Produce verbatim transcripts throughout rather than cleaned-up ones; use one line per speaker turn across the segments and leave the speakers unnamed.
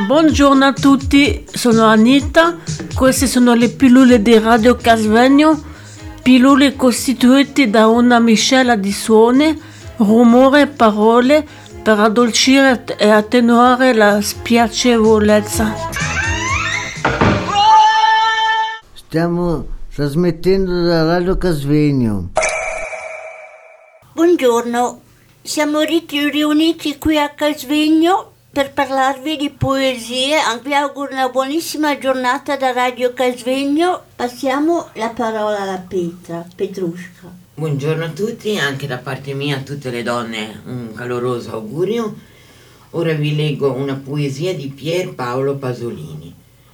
Buongiorno a tutti, sono Anita, queste sono le pillole di Radio Casvegno, pillole costituite da una miscela di suoni, rumore e parole per addolcire e attenuare la spiacevolezza.
Stiamo trasmettendo da Radio Casvegno.
Buongiorno, siamo riuniti qui a Casvegno per parlarvi di poesie. Vi auguro una buonissima giornata da Radio Casvegno. Passiamo la parola alla Petra, Petrushka.
Buongiorno a tutti, anche da parte mia a tutte le donne un caloroso augurio. Ora vi leggo una poesia di Pier Paolo Pasolini.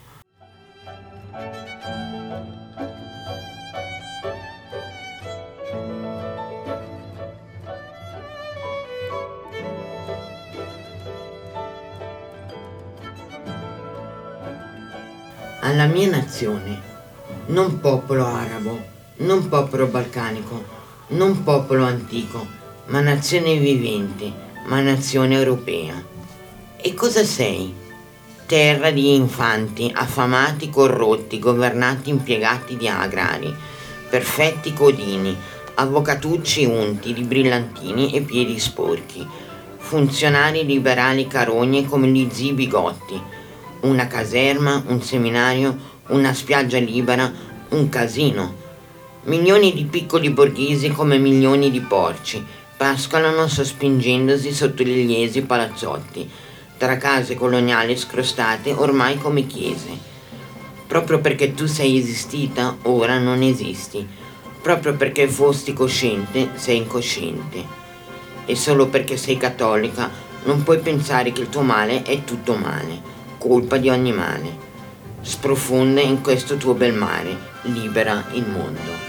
Alla mia nazione, non popolo arabo, non popolo balcanico, non popolo antico, ma nazione vivente, ma nazione europea. E cosa sei? Terra di infanti, affamati, corrotti, governati, impiegati di agrari, perfetti codini, avvocatucci unti di brillantini e piedi sporchi, funzionari liberali carogne come gli zii Bigotti, una caserma, un seminario, una spiaggia libera, un casino. Milioni di piccoli borghesi come milioni di porci pascolano sospingendosi sotto gli liesi palazzotti, tra case coloniali scrostate ormai come chiese. Proprio perché tu sei esistita, ora non esisti. Proprio perché fosti cosciente, sei incosciente. E solo perché sei cattolica non puoi pensare che il tuo male è tutto male, colpa di ogni male. Sprofonda in questo tuo bel mare, libera il mondo.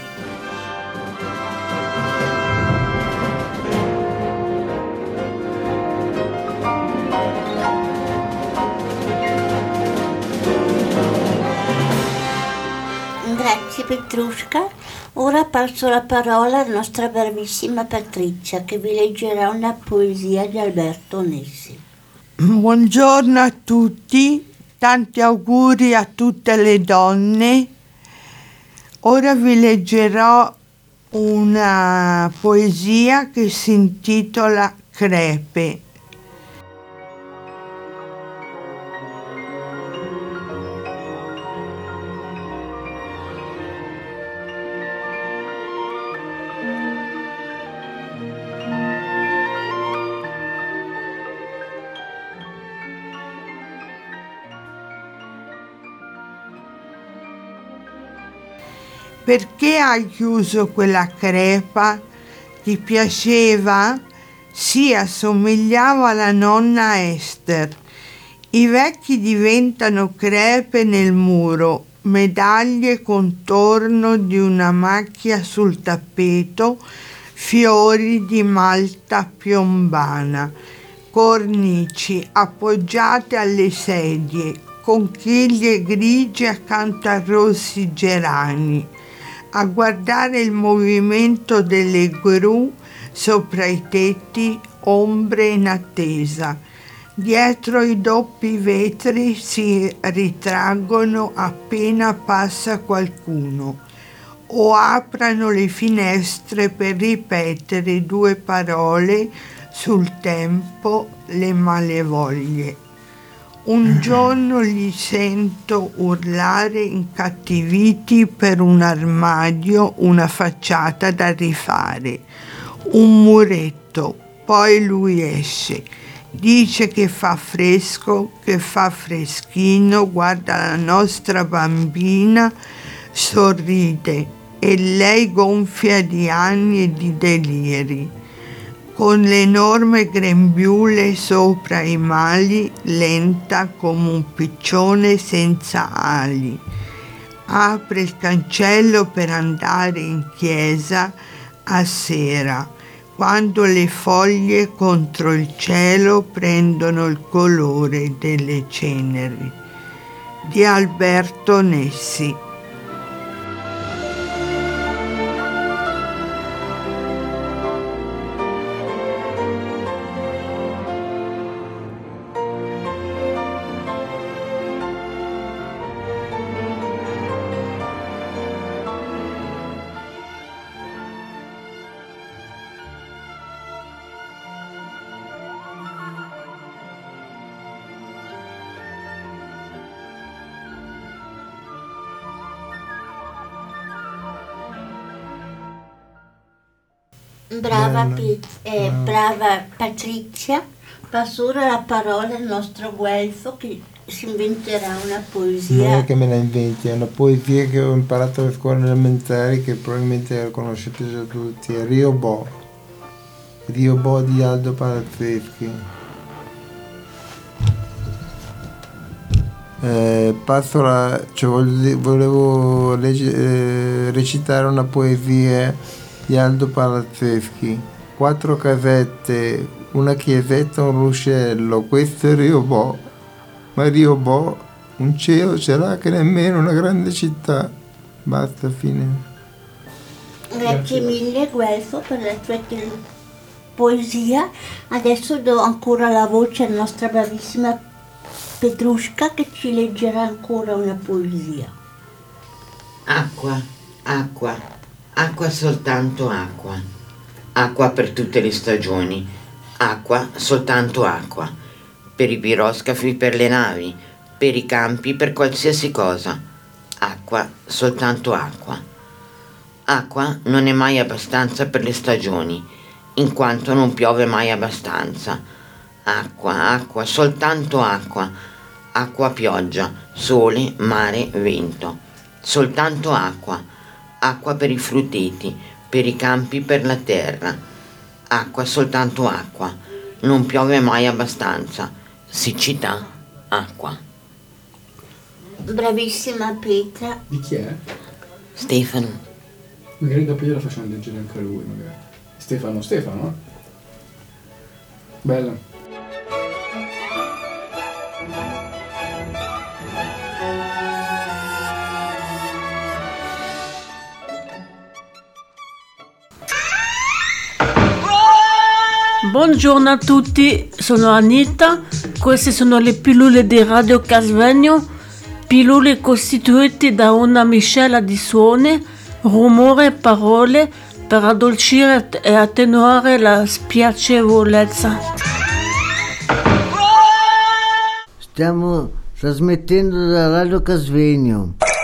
Grazie Petrushka. Ora passo la parola alla nostra bravissima Patrizia che vi leggerà una poesia di Alberto Nessi.
Buongiorno a tutti, tanti auguri a tutte le donne. Ora vi leggerò una poesia che si intitola Crepe. Perché hai chiuso quella crepa? Ti piaceva? Sì, assomigliava alla nonna Esther. I vecchi diventano crepe nel muro, medaglie contorno di una macchia sul tappeto, fiori di malta piombana, cornici appoggiate alle sedie, conchiglie grigie accanto a rossi gerani, a guardare il movimento delle gru sopra i tetti, ombre in attesa. Dietro i doppi vetri si ritraggono appena passa qualcuno, o aprano le finestre per ripetere due parole sul tempo, le malevoglie. Un giorno li sento urlare incattiviti per un armadio, una facciata da rifare, un muretto, poi lui esce, dice che fa fresco, che fa freschino, guarda la nostra bambina, sorride e lei gonfia di anni e di deliri. Con l'enorme grembiule sopra i mali, lenta come un piccione senza ali. Apre il cancello per andare in chiesa a sera, quando le foglie contro il cielo prendono il colore delle ceneri. Di Alberto Nessi.
Brava,
Bella.
Pet- eh,
Ah.
brava Patrizia. Passo ora la parola al nostro Guelfo che si inventerà una
Non
poesia.
è che me la inventi, è una poesia che ho imparato alle scuole elementari che probabilmente conoscete già tutti, è Rio Bo. Rio Bo di Aldo Palazzeschi. Eh, passo la, cioè volevo, volevo legge- eh, recitare una poesia di Aldo Palazzeschi. Quattro casette, una chiesetta, un ruscello, questo è Rio Bo. Ma Rio Bo, un cielo ce l'ha che nemmeno una grande città. Basta, fine.
Grazie mille Guelfo per la tua te- poesia. Adesso do ancora la voce alla nostra bravissima Petrushka che ci leggerà ancora una poesia.
Acqua, acqua, acqua, soltanto acqua. Acqua per tutte le stagioni. Acqua, soltanto acqua. Per i piroscafi, per le navi, per i campi, per qualsiasi cosa. Acqua, soltanto acqua. Acqua non è mai abbastanza per le stagioni, in quanto non piove mai abbastanza. Acqua, acqua, soltanto acqua. Acqua, pioggia, sole, mare, vento. Soltanto acqua. Acqua per i frutteti, per i campi, per la terra. Acqua, soltanto acqua. Non piove mai abbastanza. Siccità, acqua.
Bravissima Petra.
Di chi è?
Stefano.
Magari dopo gliela facciamo leggere anche a lui, magari. Stefano, Stefano? Bella.
Buongiorno a tutti, sono Anita, queste sono le pillole di Radio Casvegno, pillole costituite da una miscela di suoni, rumore e parole per addolcire e attenuare la spiacevolezza.
Stiamo trasmettendo da Radio Casvegno.